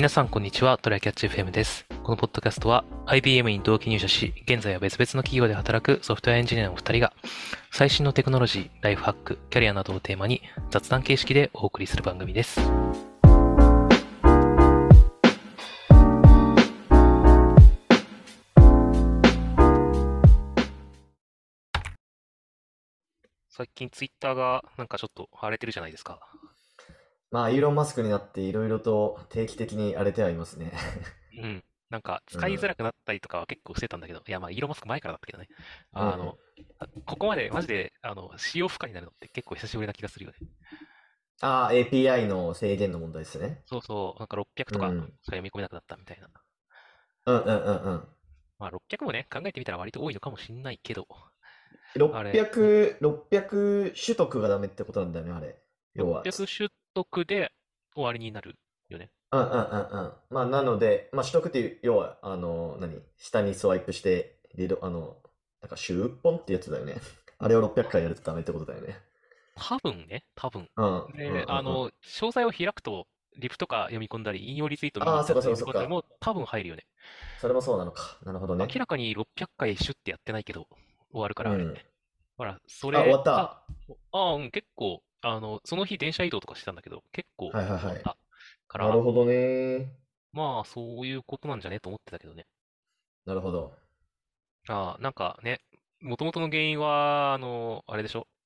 皆さん、こんにちは。トライキャッチ FM です。このポッドキャストは IBM に同期入社し、現在は別々の企業で働くソフトウェアエンジニアのお二人が、最新のテクノロジー、ライフハック、キャリアなどをテーマに雑談形式でお送りする番組です。最近ツイッターがなんかちょっと荒れてるじゃないですか。 まあ、イーロン・マスクになっていろいろと定期的に荒れてはいますね。 うん。なんかうん。 使いづらくなったりとかは結構してたんだけど、いやまあイーロンマスク前からだったけどね。 うん。 あの、ここまでマジで使用不可になるのって結構久しぶりな気がするよね。 ああ、API の制限の問題ですね。 そうそう、なんか600とかしかうん。 読み込めなくなったみたいな。 うんうんうんうん。 まあ600もね、考えてみたら割と多いのかもしんないけど、あれ、 600取得がダメってことなんだよね、あれ。要は。 600取得で終わりになるよね。 うんうんうんうん。まあ、なので、まあ、取得っていう、要は、下にスワイプして、なんか、周本ってやつだよね。あれを600回やるとダメってことだよね。 多分ね、多分。 うんうんで、 うんうん。 詳細を開くと、リプとか読み込んだり、引用リツイート見にああ、 行ったやつそっかそっかそっか。 読み込んだりも多分入るよね。 それもそうなのか。なるほどね。 明らかに600回シュッてやってないけど、終わるからあれ。 うん。 ほら、そあ、終われが、 った。 うん、結構、その日電車移動とかしてたんだけど、結構はいはいはい。 終わったから、 なるほどね。 まあ、そういうことなんじゃねと思ってたけどね。 なるほど。 なんかね、もともとの原因は、あれでしょ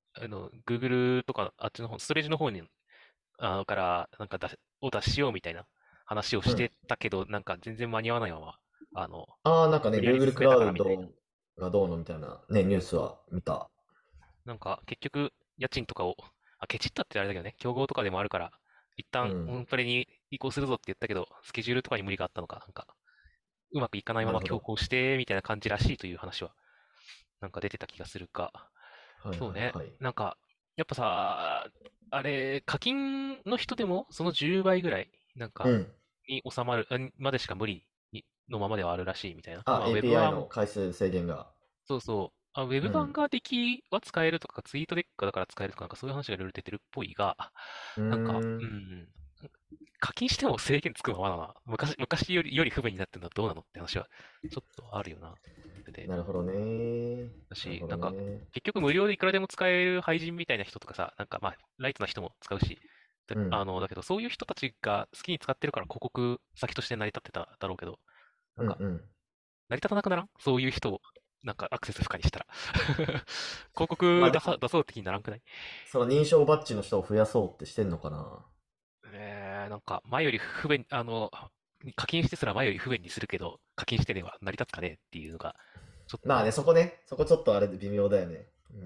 Google とか、あっちの方、ストレージの方に、から、なんか出しようみたいな話をしうん。 てたけど、なんか全然間に合わないまま、 ああ、なんかね、 無理やり Google 進クめたからみたいな。 ラウドがどうのみたいなね、ニュースは見た。 なんか、結局、家賃とかを、ケチったってあれだけどね、競合とかでもあるから、一旦、 うん。 モンプレに移行するぞって言ったけど、スケジュールとかに無理があったのか、なんか、うまくいかないまま強なるほど。 行して、みたいな感じらしいという話は、なんか出てた気がするか。 はいそうね。 はいはい。 なんか、やっぱさ、あれ、課金の人でも、その10倍ぐらい、なんか、 うん。 に収まる、までしか無理のままではあるらしいみたいな。 あ、 まあ、ウェブ API 版、 の回数制限が。 そうそう。ウェブ版うん。 がは使えるとか、ツイートデックだから使えるとか、なんかそういう話がいろいろ出てるっぽいが、 うーなんか、 ん。 課金しても制限つくままだな。昔より不便になってるのはどうなのって話は、ちょっとあるよな。で、 なるほどね。なるほどなんか、 ね。 結局無料でいくらでも使える廃人みたいな人とかさ、なんかまあ、ライトな人も使うし、 うん。 だけど、そういう人たちが好きに使ってるから広告先として成り立ってただろうけど、なんか、 うんうん。 成り立たなくならんそういう人を、なんかアクセス不可にしたら。広告まあでも、 出そうって気にならんくない？ その認証バッジの人を増やそうってしてんのかな。 なんか、前より不便、課金してすら前より不便にするけど、課金してねは成り立つかねっていうのが、ちょっと、 まあね、そこね、そこちょっとあれで微妙だよね。うん。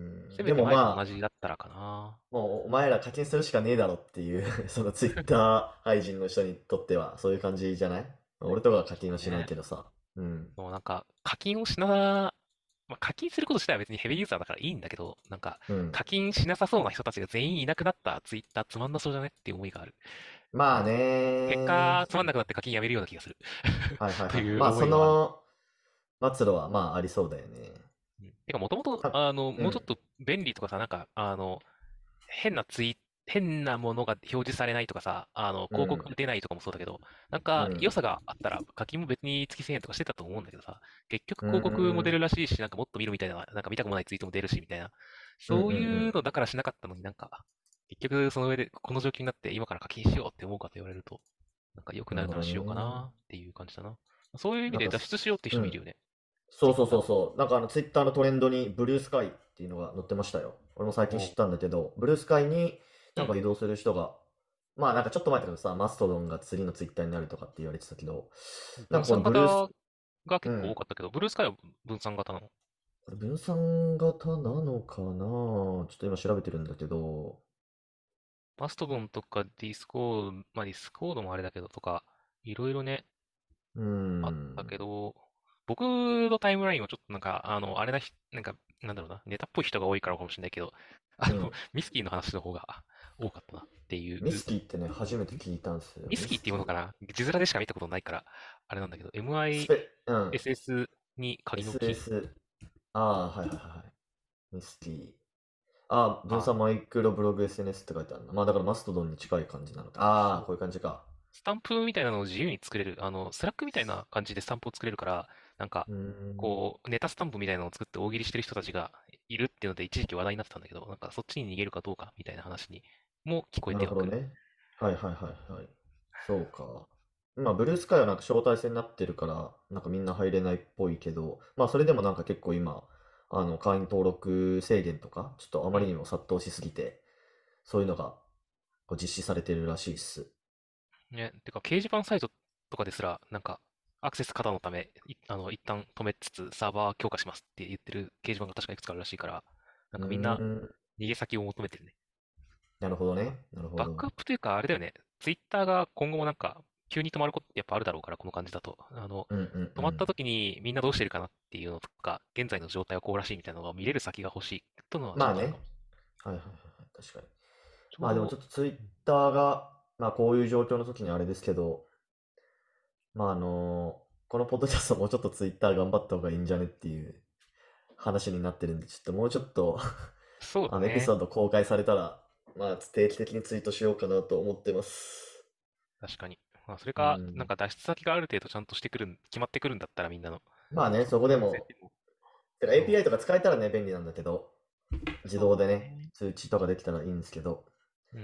でせめて前と同もまあ、 じだったらかな。 もうお前ら課金するしかねえだろっていうそのツイッター配信の人にとってはそういう感じじゃない？俺とかは課金はしないね。 けどさ。うん。 もうなんか、まあ、課金すること自体は別にヘビーユーザーだからいいんだけど、なんか、 うん。 課金しなさそうな人たちが全員いなくなったツイッターつまんなそうじゃねっていう思いがある。 まあ結ね。 果、つまんなくなって課金やめるような気がする。 はいはいとはい。まあそいう思いはある。 の末路はまあありそうだよね。 てか、もともと、 あ、うん。 もうちょっと便利とかさ、なんか、変なツイ、変なものが表示されないとかさ、広告うん。 が出ないとかもそうだけど、なんか良うん。 さがあったら課金も別に月1000円とかしてたと思うんだけどさ、結局う広告も出ん。 るらしいし、なんかもっと見るみたいな、なんか見たくもないツイートも出るしみたいな、 うんうんうそういうん。 のだからしなかったのになんか、結局その上でこの状況になって今から課金しようって思うかと言われると、なんか良くなるほどなるならしようかね。 なっていう感じだな。そういう意味でなんか脱出しようっていううん。 人もいるよね。 そうそうツイッターの。 そうそう。なんかツイッターのトレンドにブルースカイっていうのが載ってましたよ。俺も最近おう。 知ったんだけど、ブルースカイにうん。 なんか移動する人が、まあなんかちょっと前だけどさ、マストドンが次のツイッターになるとかって言われてたけど、なんかこ分散のブルース、 型が結構多うん。 かったけど、ブルースカイは分散型なの？ これ分散型なのかな、ちょっと今調べてるんだけど、 マストドンとかディスコードもあれだけどとか、いろいろね、 うーあったけん。 ど、僕のタイムラインはちょっとなんか、あれなひ、なんか、なんだろうな、ネタっぽい人が多いからかもしれないけど、 うん。 ミスキーの話の方が多かったなっていう、 ミスキーってね、初めて聞いたんですよ。 ミスキーっていうものミスキー。 かな字面でしか見たことないから、あれなんだけど、 うん。 MISS に仮のキー。 SS。ああ、はいはいはいはい。ミスキー。あ、分あ、 散マイクロブログ SNS って書いてあるな。まあだからマストドンに近い感じなのか。ああ、こういう感じか。 スタンプみたいなのを自由に作れる。スラックみたいな感じでスタンプを作れるから、なんか、 うーん。 こう、ネタスタンプみたいなのを作って大喜利してる人たちがいるっていうので一時期話題になってたんだけど、なんかそっちに逃げるかどうかみたいな話にも聞こえなてはくる。 るほどね。はいはいはいはい。そうか。まあ、ブルースカイはなんか招待制になってるから、なんかみんな入れないっぽいけど、まあ、それでもなんか結構今、会員登録制限とか、ちょっとあうん。 まりにも殺到しすぎて、そういうのがこう実施されてるらしいっす。 ね、てか掲示板サイトとかですら、なんか、アクセス過多のため、一旦止めつつサーバー強化しますって言ってる掲示板が確かいくつかあるらしいから、なんうーかみんなん。 逃げ先を求めてるね。 なるほどね。なるほバックアッど。 プというか、あれだよね。ツイッターが今後もなんか、急に止まることってやっぱあるだろうから、この感じだと。 うんうんうん。 止まった時にみんなどうしてるかなっていうのとか、現在の状態はこうらしいみたいなのが見れる先が欲しいというのはちょまあね。 っとあるかも。 はいはいはいはい。確かに。まあでもちちょうど、 ょっとツイッターが、まあこういう状況の時にあれですけど、まあこのポッドキャストもうちょっとツイッター頑張った方がいいんじゃねっていう話になってるんで、ちょっともうちょっとエピそうだね。 ソード公開されたら、まあ定期的にツイートしようかなと思ってます。 確かに。まあ、それうか、なんん。 か脱出先がある程度ちゃんとしてくる決まってくるんだったらみんなの、 まあね、 そのそこでも、 優先っていうのも、 てかそ API とか使えたらね、便利なんだけど、 う、 自そう動でね、 だね。 通知とかできたらいいんですけど、 うん。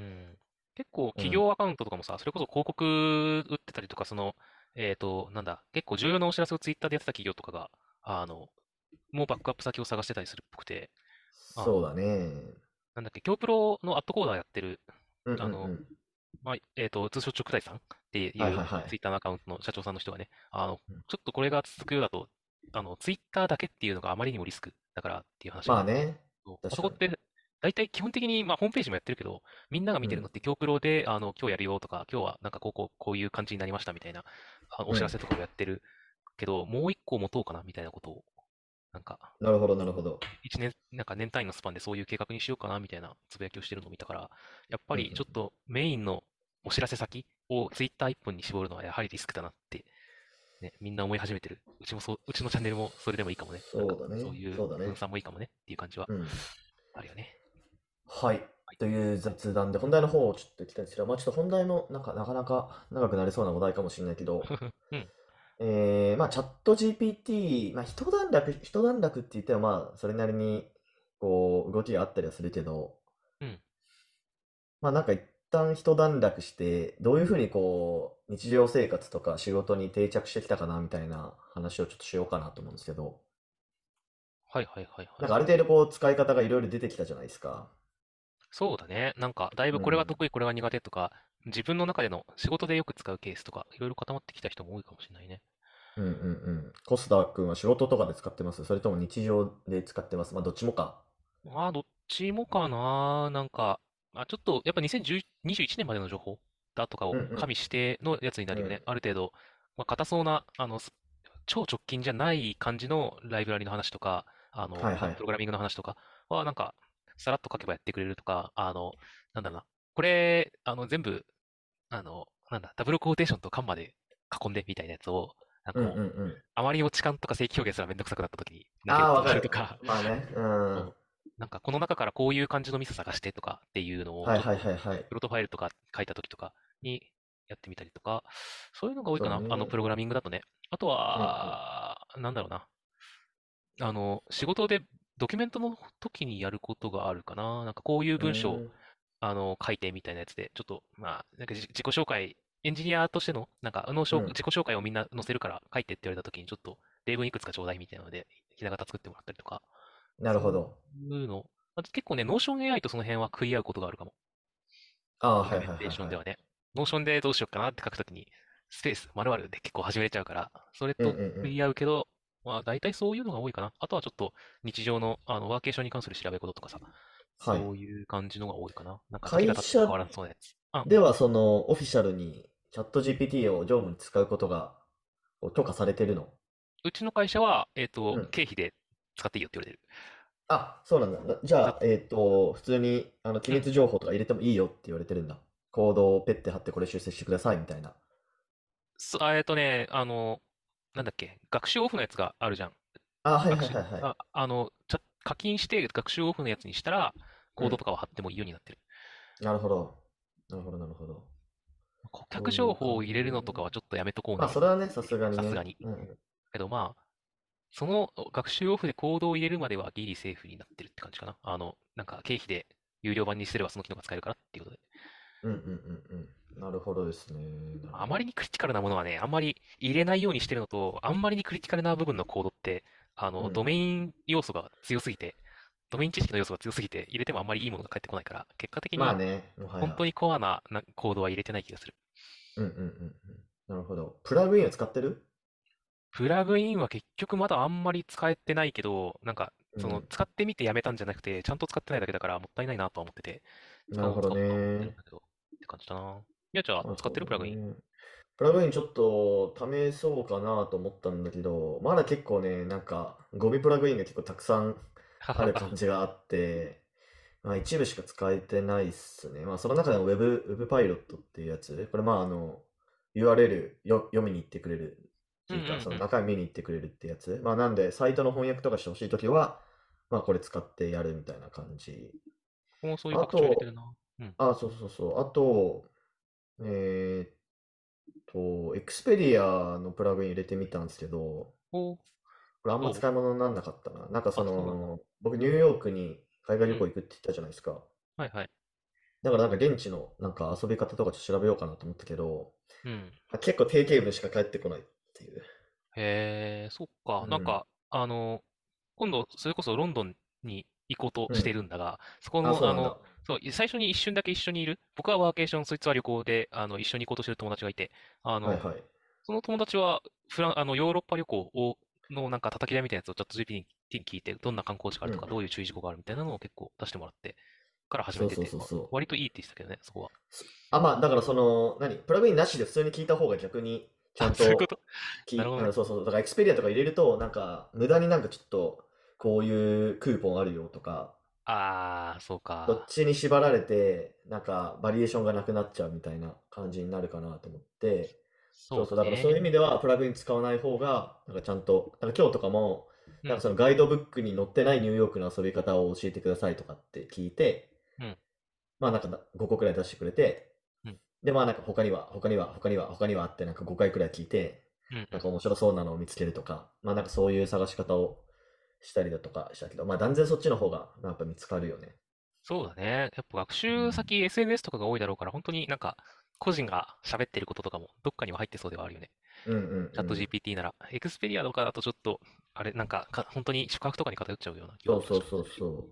結構うん。 企業アカウントとかもさ、それこそ広告打ってたりとか、なんだ、結構重要なお知らせをツイッターでやってた企業とかが、あの、もうバックアップ先を探してたりするっぽくて、あの、 そうだね。 なんだっけ、京プロのアットコーダーやってる、 うんうんうあの、 ん。 通称直大さんっていうはいはいはい。 ツイッターのアカウントの社長さんの人がね、 うんちょっとこれが続くようだと、ツイッターだけっていうのがあまりにもリスクだからっていう話があって、 まあね。 そうあ確かに。 そこって、大体基本的に、まあ、ホームページもやってるけど、みんなが見てるのうん。 って京プロで、今日やるよとか、今日はなんかこういう感じになりましたみたいな、おうん。 知らせとかをやってるけど、もう一個持とうかなみたいなことを、なんか、 なるほどなるほど。 一年、なんか年単位のスパンでそういう計画にしようかなみたいなつぶやきをしてるのを見たから、やっぱうんうん。 りちょっとメインのお知らせ先をツイッター一本に絞るのはやはりリスクだなって、ね、みんな思い始めてる。うちもそう、うちのチャンネルもそれでもいいかもね。なんか、 そうだね。 そういうそうだね。 分散もいいかもねっていう感じはうん。 あるよね。 はい。 はい。 という雑談で、本題の方をちょっと行きたいんですけど、まあちょっと本題もなんかなかなか長くなりそうな話題かもしれないけど、 うん。 まあチャット GPT、まあ一段落って言ってもまあそれなりにこう動きがあったりはするけど、 うん。 まあなんか一旦一段落して、どういうふうにこう日常生活とか仕事に定着してきたかなみたいな話をちょっとしようかなと思うんですけど、 はいはいはいはい。 なんかある程度こう使い方がいろいろ出てきたじゃないですか。 そうだね。なんか、だいぶこれがうん。 得意、これが苦手とか、自分の中での仕事でよく使うケースとか、いろいろ固まってきた人も多いかもしれないね。 うんうんうん。コスタ君は仕事とかで使ってます？それとも日常で使ってます？まあどっちもか。 まあ、どっちもかな。なんか、ちょっと、やっぱ2021年までの情報だとかを加うん味してのやつになうん。うん。 るよね。ある程度、まあ、硬そうな、超直近じゃない感じのライブラリの話とか、 はいはい。 プログラミングの話とかは、なんか、さらっと書けばやってくれるとか、なんだろうな。これ、全部、なんだ、ダブルコーテーションとカンマで囲んでみたいなやつを、なんかうんうんもう、 うん。 あまりにも痴漢とか正規表現すらめんどくさくなった時に投げるああ、 ことわかる。 があるとか、 まあね。うそうん。 なんかこの中からこういう感じのミス探してとかっていうのをはいはいちょっとはいはい。 プロトファイルとか書いた時とかにやってみたりとか、そういうのが多いかな。 そうね。 プログラミングだとね。あとうんうん。 は、なんだろうな。仕事でドキュメントの時にやることがあるかな。なんかこういううー文章を、 ん。 書いてみたいなやつで、ちょっと、まあ、なんか自己紹介、エンジニアとしての、なんか、 うん。 自己紹介をみんな載せるから書いてって言われた時に、ちょっと例文いくつかちょうだいみたいなので、ひな形作ってもらったりとか、そうなるほど。 いうの。あと結構ね、ノーション AI とその辺は食い合うことがあるかも。 ああ、はいドキュメンテーはいはいはい。 ションではね。ノーションでどうしようかなって書くときに、スペース、〇〇で結構始めれちゃうから、それうんうと食いん合うけど、まあ大体そういうのが多いかな。あとはちょっと日常のワーケーションに関する調べ事とかさ、 はい。 そういう感じのが多いかな。なんか時が経っても会社変わらなそうなやつ。あ、うん。 ではそのオフィシャルにチャット GPT を業務に使うことがこう許可されてるの？ うちの会社は、 うん。 経費で使っていいよって言われてる。 あ、そうなんだ。じゃざあ、普通に機うん。 密情報とか入れてもいいよって言われてるんだ。コードをペッて貼ってこれ修正してくださいみたいな。 なんだっけ、学習オフのやつがあるじゃん。 あ、はい学習、 はいはいはい。 課金して学習オフのやつにしたら、 うん。 コードとかを貼ってもいいようになってる。 なるほど。なるほど、なるほど。 顧客情そういう報を入れる感じで。 のとかはちょっとやめとこうまあ、 ね。 それはね、さすがにね。 さすがに。 うん。 けどまあ、その学習オフでコードを入れるまではギリセーフになってるって感じかな。なんか経費で有料版にすればその機能が使えるからっていうことで。 うんうんうんうん。なるほどですね。なるあほど。 まりにクリティカルなものはね、あんまり入れないようにしてるのと、あんまりにクリティカルな部分のコードって、ドうん。 メイン要素が強すぎて、ドメイン知識の要素が強すぎて、入れてもあんまりいいものが返ってこないから、結果的にまあね、もはや。 本当にコアなコードは入れてない気がする。 うんうんうんうん。なるほど。プラグインを使ってる？ プラグインは結局まだあんまり使えてないけど、なんか、 うん。 使ってみてやめたんじゃなくて、ちゃんと使ってないだけだからもったいないなとは思ってて、 なるほど使おうとは思ってるんね。 だけど、って感じだな。いや、じゃあ、 まあ使ってるプラグイン？ そうだね。プラグインちょっと試そうかなと思ったんだけど、まだ結構ね、なんかゴミプラグインが結構たくさんあるははは。 感じがあって、まあ一部しか使えてないっすね。まあその中でもウェブパイロットっていうやつ、これまあURL 読みに行ってくれるってうんういうか、そのん中身見に行ってくれるってやつ。まあなんで、サイトの翻訳とかしてほしいときは、まあこれ使ってやるみたいな感じ。 うん。もうそういう拡張入れてるあと、 な。うん。 そうそうそう。あと、えエクスペディアのプラグイン入れてみたんですけど、 おー、 これあんまどう？ 使い物にならなかったな。なんかあ、そうなんだ。 僕ニューヨークに海外うん。 旅行行くって言ったじゃないですか。 はいはい。 だからなんか現地のなんか遊び方とかちょっと調べようかなと思ったけど、 うん。 結構定型文しか返ってこないっていう。 へえ、そっか。 うん。 なんか、今度、それこそロンドンに行こうとしてうん。 るんだが、そこあ、 の、 そうなんだ。 そう、最初に一瞬だけ一緒にいる。僕はワーケーション、そいつは旅行で、一緒に行こうとしてる友達がいて、あの、 はいはい。 その友達は、ヨーロッパ旅行のなんか叩き台みたいなやつをチャット GPT に聞いて、どんな観光地があるとか、 うん。 どういう注意事項があるみたいなのを結構出してもらって、から始そうそうめてて、 そうそう。 割といいって言ってたけどね、そこは。 まあ、だからプラグインなしで普通に聞いた方が逆にちゃあ、 んとそういうこと？なるほどね。 そうそう。だからエクスペリアとか入れると、なんか、無駄になんかちょっと、こういうクーポンあるよとか、 ああ、そうそっか。 ちに縛られて、なんか、バリエーションがなくなっちゃうみたいな感じになるかなと思って、 そうだそうそう。だからそういう意ね。 味では、プラグイン使わない方が、なんかちゃんと、なんか今日とかも、 うん、 なんかそのガイドブックに載ってないニューヨークの遊び方を教えてくださいとかって聞いて、 うん、 まあなんか5個くらい出してくれて、 うん、 で、まあなんか他にはってなんか5回くらい聞いて、 うん、うん。 なんか面白そうなのを見つけるとか、まあなんかそういう探し方をしたりだとかしたけど、まあ断然そっちの方がやっぱ見つかるよね。 そうだね。やっぱ学うん。 習先 SNS とかが多いだろうから、本当になんか、個人が喋ってることとかもどっかには入ってそうではあるよね。 うんうんチャットうん。 GPT なら。エクスペリアとかだとちょっと、あれ、本当に宿泊とかに偏っちゃうような気は確そうそうそうかにするし。 そう。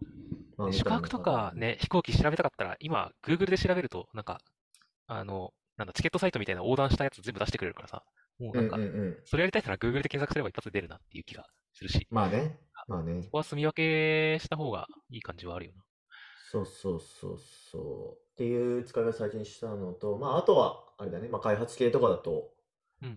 まあでみたいな宿泊と感じ。 かね、飛行機調べたかったら、今、Google で調べると、チケットサイトみたいな横断したやつ全部出してくれるからさ、もううんうんなんか、 うん。 それやりたいなら Google で検索すれば一発で出るなっていう気がするし、 まあね。 あまあね。 そこは住み分けした方がいい感じはあるよな。 そうそうそうそう。っていう使い方最近したのと、まああとは、あれだね。まあ開発系とかだと、 うん、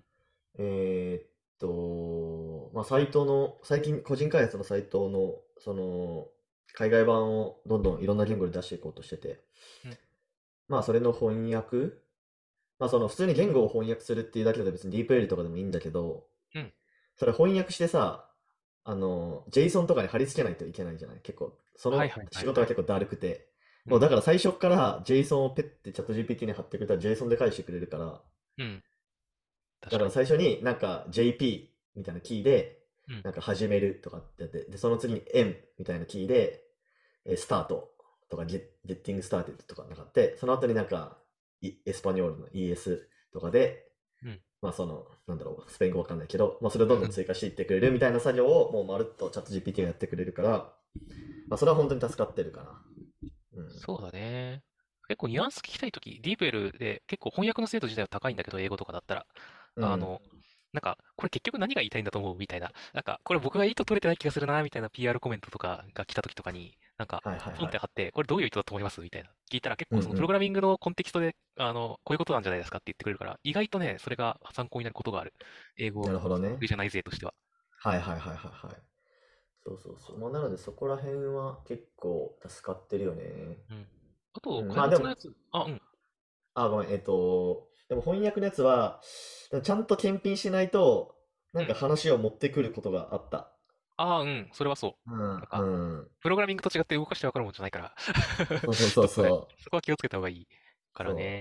まあ、サイトの、最近個人開発のサイトの、海外版をどんどんいろんな言語で出していこうとしてて、 うん、 まあ、それの翻訳、まあ、普通に言語を翻訳するっていうだけだと別に DeepL とかでもいいんだけど、 うん。 それ翻訳してさ、JSON とかに貼り付けないといけないじゃない結構、そのはいはいはいはい。 仕事が結構だるくて、 うん、 もうだから最初から JSON をペッてチャット GPT に貼ってくれたら JSON で返してくれるから、 うん。確かに。 だから最初になんか JP みたいなキーで、 うん、 なんか始めるとかってやって、で、その次に M みたいなキーで、スタートとか Getting Started とかなんかあって、その後になんか、エスパニョールの ES とかで、 うん。 まあなんだろう、スペイン語わかんないけど、まあそれをどんどん追加していってくれるみたいな作業をもうまるっとチャット GPT がやってくれるから、まあそれは本当に助かってるかな。うん。 そうだね。結構ニュアンス聞きたいとき、ディープ L で結構翻訳の精度自体は高いんだけど、英語とかだったら。 うん。 あの、これ結局何が言いたいんだと思うみたいな。これ僕が意図取れてない気がするな、みたいな PR コメントとかが来たときとかに、ポンはいはいはい。 って貼って、これどういう意図だと思いますみたいな。聞いたら結構そのプログうんうん。 ラミングのコンテキストで、こういうことなんじゃないですかって言ってくれるから、意外とね、それが参考になることがある。英語なるほどね。 得意じゃない勢としては。 はいはいはいはいはい。そうそうそう。まあ、なのでそこら辺は結構助かってるよね。 うん。あと、 うん、 開まあでも、 発のやつ、あ、うん、 ごめん、でも翻訳のやつは、ちゃんと検品しないと、なんかうん。 話を持ってくることがあった。 ああ、うん、それはそう。 うん、 なんか、 うん。 プログラミングと違って動かしてわかるもんじゃないからそうそうちょっとね、 そうそそこは気をつけた方がいいう。 からそね。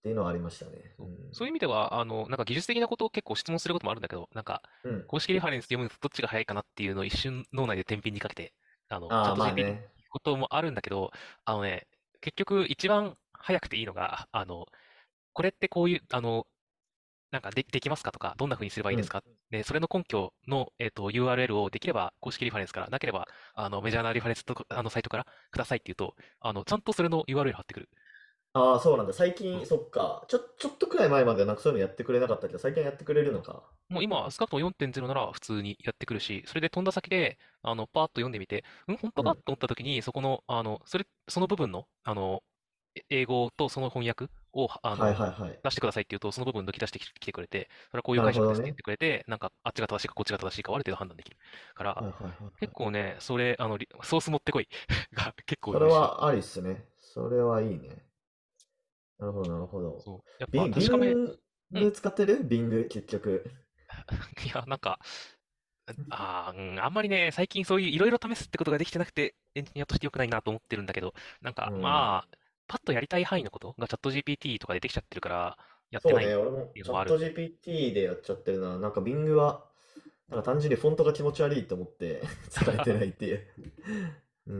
ていうのはありましたね。うそうん。 そういう意味では、なんか技術的なことを結構質問することもあるんだけど、なんか、 うん。 公式リファレンス読むのどっちが早いかなっていうのを一瞬脳内で天秤にかけて、チャああ、 ットまあ GPT に聞くね。 こともあるんだけど、あのね、結局一番早くていいのが、これってこういう、なんかできますかとか、どんな風にすればいうん。 いですかで、それの根拠の、URL をできれば公式リファレンスから、なければ、メジャーなリファレンスとか、サイトからくださいって言うと、ちゃんとそれの URL 貼ってくる。 ああ、そうなんだ。最近、 そうそっか。ちょっとくらい前までなんかそういうのやってくれなかったけど、最近やってくれるのか。 もう今、少なくとも4.0なら普通にやってくるし、それで飛んだ先で、パーッと読んでみて、本当うん。 かと思った時に、そこの、その部分の、英語とその翻訳を、 はいはいはい。 出してくださいって言うと、その部分抜き出してきてくれて、それはこういうなる解釈ですって言っほどね。 てくれて、なんか、あっちが正しいかこっちが正しいかはある程度判断できる。から、 はいはいはいはい。 結構ね、それ、ソース持ってこいが結構それ優秀。 はありっすね。それはいいね。なるほどなるほど。 そう。やっぱビ確かめ、 ンうん。 グ使ってるビング、結局。 いや、なんか、あんまりね、最近そういういろいろ試すってことができてなくて、エンジニアとして良くないなと思ってるんだけど、なんか、 うん。 まあ、パッとやりたい範囲のことがチャット GPT とかでできちゃってるから、やってそうね、 ないっ俺もていうのもある。 チャット GPT でやっちゃってるな。なんかビングは、なんか単純にフォントが気持ち悪いと思って使えてないっていう。うん。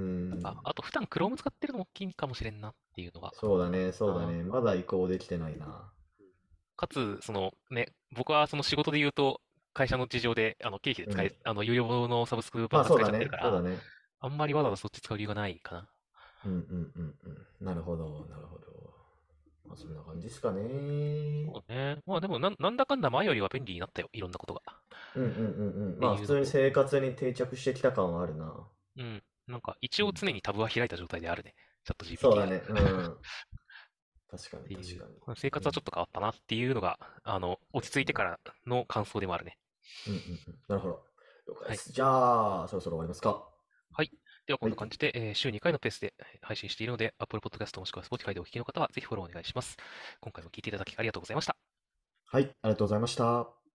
あと普段 Chrome 使ってるのも大きいかもしれんなっていうのがあるそうだね、そうだな。 ね。まだ移行できてないな。 かつ、そのね、僕はその仕事で言うと、会社の事情で、経費で使え、 うん。 有料のサブスクばまあっか使えちゃってるそうだね、 から、 そうだね。 あんまりわざわざそっち使う理由がないかな。 うんうんうんうん。なるほど、なるほど。まあそんな感じですかね。 そうね。まあでもなんだかんだ前よりは便利になったよ。いろんなことが。っうんうんうんうん。 てまあ普通にいうのと、 生活に定着してきた感はあるな。 うん。なんか一うん。 応常にタブは開いた状態であるね。チャットそう GPT が。 だね、うん。確かにっていう、 確かに。 生活はちょっと変わったなっていうのが、落ち着いてからの感想でもあるね。 うんうんうん。なるほど。了解はい。 です。じゃあ、そろそろ終わりますか。 はい。ではこはい。 んな感じで、週2回のペースで配信しているので、Apple Podcast もしくは Spotify でお聞きの方はぜひフォローお願いします。今回も聞いていただきありがとうございました。 はい、ありがとうございました。